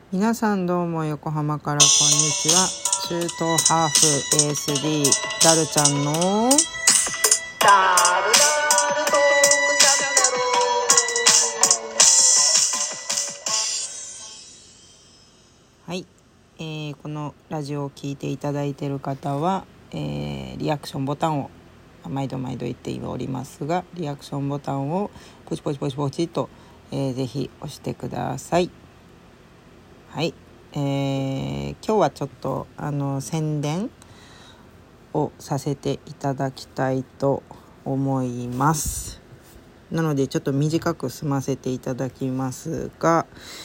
皆さんどうも、横浜からこんにちは。中東ハーフ ASD ダルちゃんのダルダルトークチャンネはい、このラジオを聞いていただいている方は、リアクションボタンを毎度言っておりますが、リアクションボタンをポチポチと、ぜひ押してください。はい、今日はちょっと宣伝をさせていただきたいと思います。なのでちょっと短く済ませていただきますが、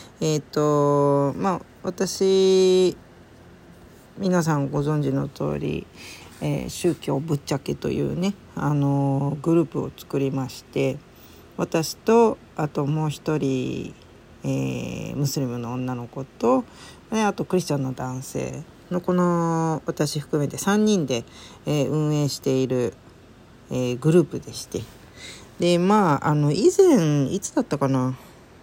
私皆さんご存知の通り、宗教ぶっちゃけというね、グループを作りまして、私とあともう一人、ムスリムの女の子と、あとクリスチャンの男性のこの私含めて3人で、運営している、グループでして、で以前いつだったかな、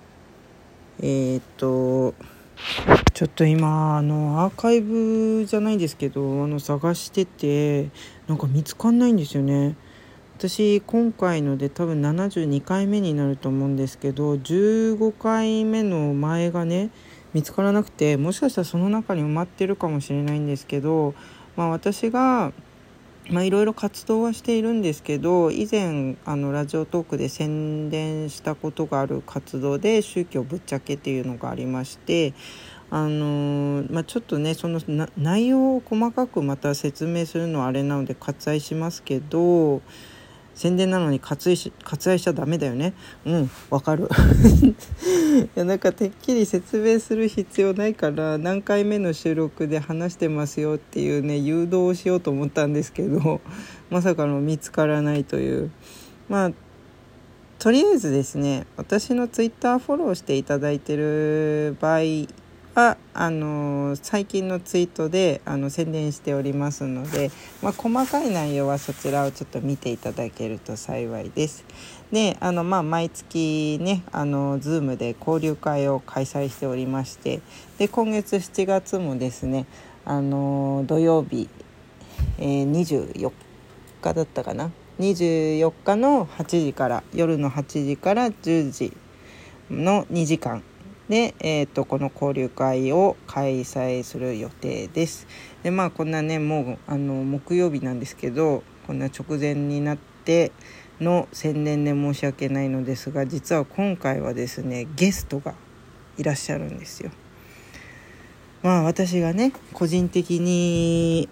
ちょっと今アーカイブじゃないですけど探しててなんか見つかんないんですよね。私今回ので多分72回目になると思うんですけど、15回目の前がね見つからなくて、もしかしたらその中に埋まってるかもしれないんですけど、私がいろいろ活動はしているんですけど、以前ラジオトークで宣伝したことがある活動で宗教ぶっちゃけっていうのがありまして、ちょっとねその内容を細かくまた説明するのはあれなので割愛しますけど、宣伝なのに割愛しちゃダメだよね。わかるいやなんかてっきり説明する必要ないから何回目の収録で話してますよっていうね誘導をしようと思ったんですけどまさかの見つからないという。とりあえずですね、私のツイッターフォローしていただいている場合は最近のツイートで宣伝しておりますので、細かい内容はそちらをちょっと見ていただけると幸いです。で毎月ねZoom で交流会を開催しておりまして、で今月7月もですね土曜日、24日だったかな、24日の8時から夜の8時から10時の2時間で、この交流会を開催する予定です。でこんなねもう木曜日なんですけど、こんな直前になっての宣伝で申し訳ないのですが、実は今回はですねゲストがいらっしゃるんですよ。私がね個人的に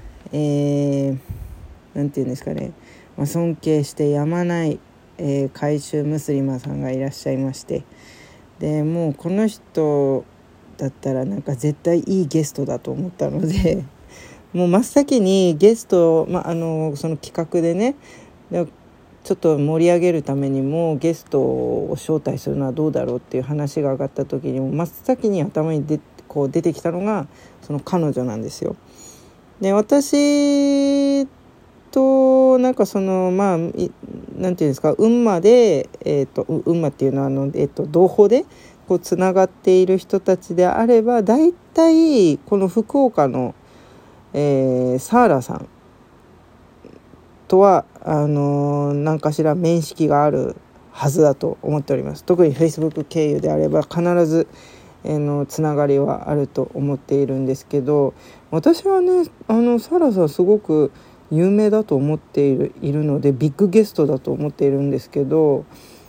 なんていうんですかね、尊敬してやまない、海舟ムスリマさんがいらっしゃいまして、でもうこの人だったらなんか絶対いいゲストだと思ったのでもう真っ先にゲスト、その企画でねちょっと盛り上げるためにもゲストを招待するのはどうだろうっていう話が上がった時にも真っ先に頭に出てきたのがその彼女なんですよ。で私となんかそのなんていうんですか、運馬で運馬っていうのは同胞でこうつながっている人たちであれば、だいたいこの福岡の、サーラさんとは何かしら面識があるはずだと思っております。特に Facebook 経由であれば必ずつながりはあると思っているんですけど、私はねサーラさんすごく有名だと思っているのでビッグゲストだと思っているんですけど、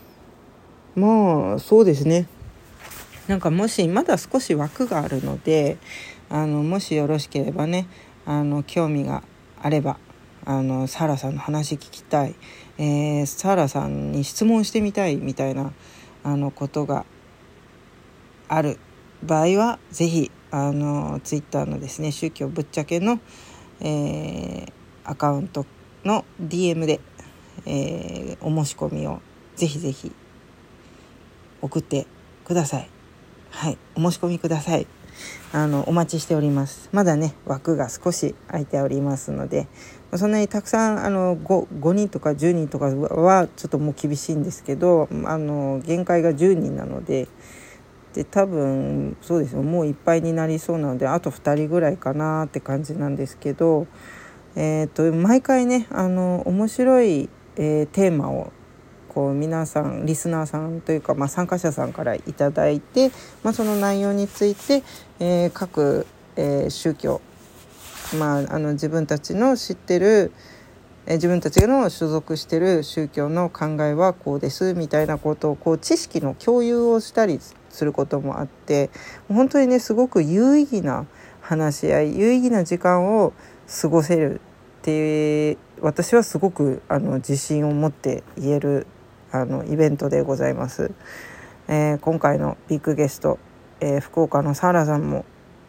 そうですね、なんかもしまだ少し枠があるのでもしよろしければね興味があればサーラさんの話聞きたい、サーラさんに質問してみたいみたいなことがある場合はぜひツイッターのですね宗教ぶっちゃけの、アカウントの DM で、お申し込みをぜひ送ってください。はい、お申し込みください。お待ちしております。まだね枠が少し空いておりますので、そんなにたくさん5人とか10人とかはちょっともう厳しいんですけど、限界が10人なのでで多分そうですよ、もういっぱいになりそうなのであと2人ぐらいかなって感じなんですけど、毎回ね面白い、テーマをこう皆さんリスナーさんというか、参加者さんからいただいて、その内容について、各、宗教、自分たちの知ってる自分たちの所属している宗教の考えはこうですみたいなことをこう知識の共有をしたりすることもあって、本当にねすごく有意義な話し合い、有意義な時間を過ごせるって私はすごく自信を持って言えるイベントでございます。今回のビッグゲスト、福岡のサーラさんも、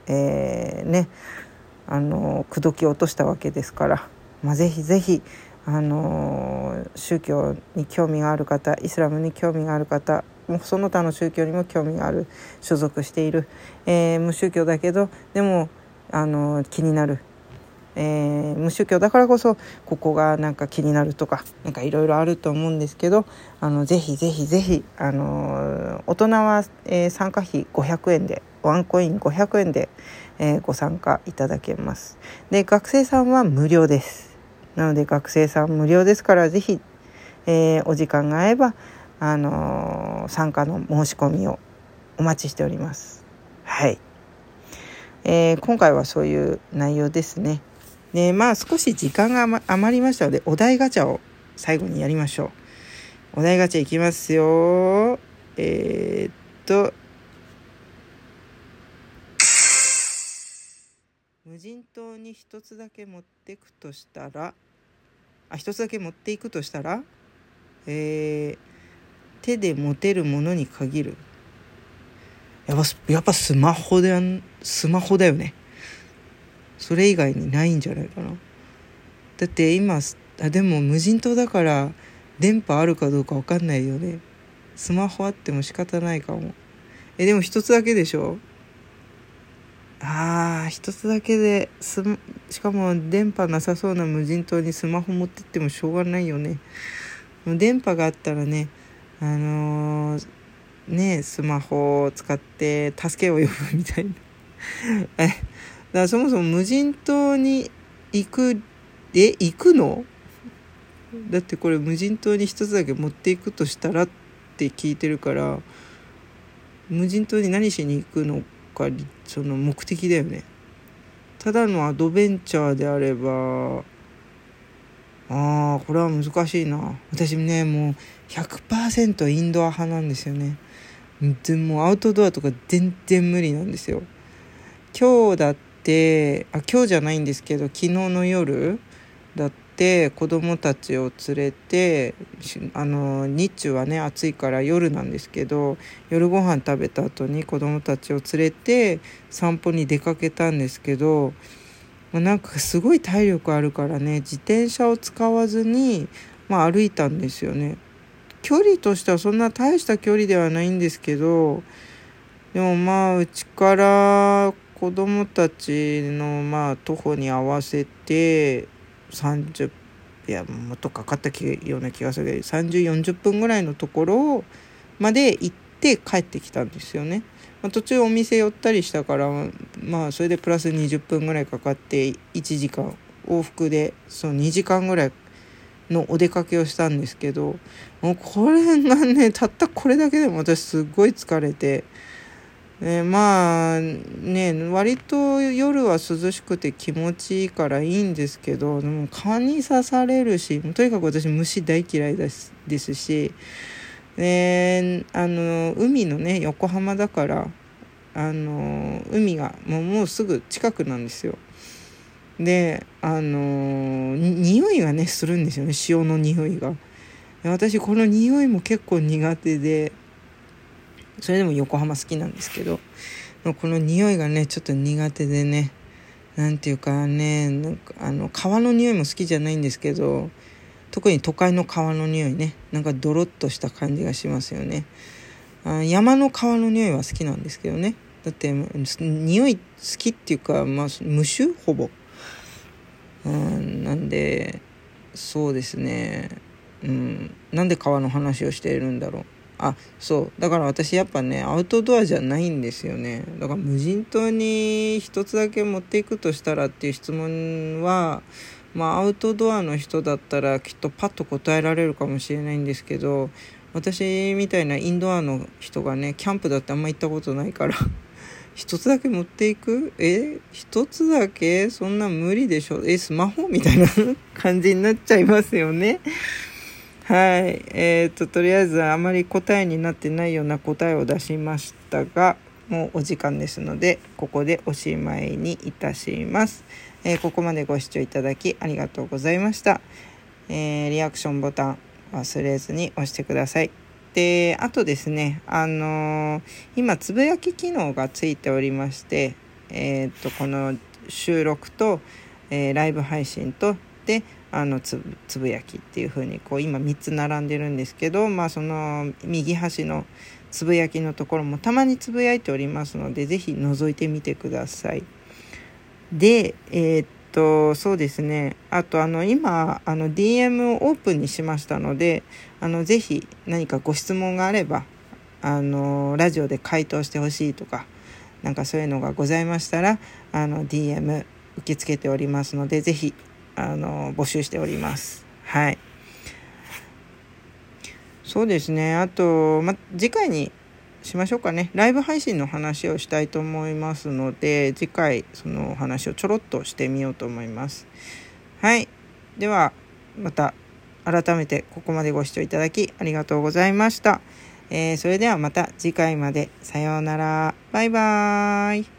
口説き落としたわけですから、ぜひぜひ、宗教に興味がある方、イスラムに興味がある方、もうその他の宗教にも興味がある、所属している、無宗教だけどでも気になる、無宗教だからこそここがなんか気になるとかなんかいろいろあると思うんですけど、ぜひぜひぜひ、大人は、参加費500円でワンコイン500円で、ご参加いただけます。で学生さんは無料です。なので学生さん無料ですからぜひ、お時間が合えば、参加の申し込みをお待ちしております。はい、今回はそういう内容ですね。で少し時間が余りましたのでお題ガチャを最後にやりましょう。お題ガチャいきますよ。無人島に一つだけ持っていくとしたら手で持てるものに限る。やっぱスマホだよね。それ以外にないんじゃないかな。だって今でも無人島だから電波あるかどうか分かんないよね。スマホあっても仕方ないかも。でも一つだけでしょ。一つだけでしかも電波なさそうな無人島にスマホ持ってってもしょうがないよね。電波があったらねスマホを使って助けを呼ぶみたいなだからそもそも無人島に行くの？だってこれ無人島に一つだけ持っていくとしたらって聞いてるから、無人島に何しに行くのかその目的だよね。ただのアドベンチャーであればこれは難しいな。私ねもう 100% インドア派なんですよね。でもアウトドアとか全然無理なんですよ。今日じゃないんですけど昨日の夜だって子供たちを連れて日中はね暑いから夜なんですけど夜ご飯食べた後に子供たちを連れて散歩に出かけたんですけど、なんかすごい体力あるからね自転車を使わずに、歩いたんですよね。距離としてはそんな大した距離ではないんですけど、でもうちから子供たちの徒歩に合わせて30もっとかかったような気がするけど30、40分ぐらいのところまで行って帰ってきたんですよね。途中お店寄ったりしたからそれでプラス20分ぐらいかかって1時間往復で2時間ぐらいのお出かけをしたんですけど、もうこれがねたったこれだけでも私すごい疲れて、割と夜は涼しくて気持ちいいからいいんですけど、でも蚊に刺されるし、とにかく私虫大嫌いですし、海のね横浜だから海がもうすぐ近くなんですよ。で匂いがねするんですよね、潮の匂いが。私この匂いも結構苦手で、それでも横浜好きなんですけど、この匂いがねちょっと苦手でね、なんていうかね、なんか川の匂いも好きじゃないんですけど、特に都会の川の匂いね、なんかドロッとした感じがしますよね。山の川の匂いは好きなんですけどね。だって匂い好きっていうか、無臭ほぼ、なんでそうですね、なんで川の話をしているんだろう。 そうだから私やっぱねアウトドアじゃないんですよね。だから無人島に一つだけ持っていくとしたらっていう質問は、アウトドアの人だったらきっとパッと答えられるかもしれないんですけど、私みたいなインドアの人がねキャンプだってあんま行ったことないから一つだけ持っていく一つだけそんな無理でしょ。スマホみたいな感じになっちゃいますよね。はい。とりあえずあまり答えになってないような答えを出しましたが、もうお時間ですので、ここでおしまいにいたします。ここまでご視聴いただきありがとうございました。リアクションボタン忘れずに押してください。で、あとですね、今つぶやき機能がついておりまして、この収録と、ライブ配信とでつぶやきっていう風に今3つ並んでるんですけど、その右端のつぶやきのところもたまにつぶやいておりますので、ぜひ覗いてみてください。で、そうですね、あと今DM をオープンにしましたので、ぜひ何かご質問があればラジオで回答してほしいとか、なんかそういうのがございましたらDM 受け付けておりますので、ぜひ募集しております。はい。そうですね。あと、次回にしましょうかね。ライブ配信の話をしたいと思いますので、次回そのお話をちょろっとしてみようと思います。はい。ではまた改めてここまでご視聴いただきありがとうございました。それではまた次回まで。さようなら。バイバーイ。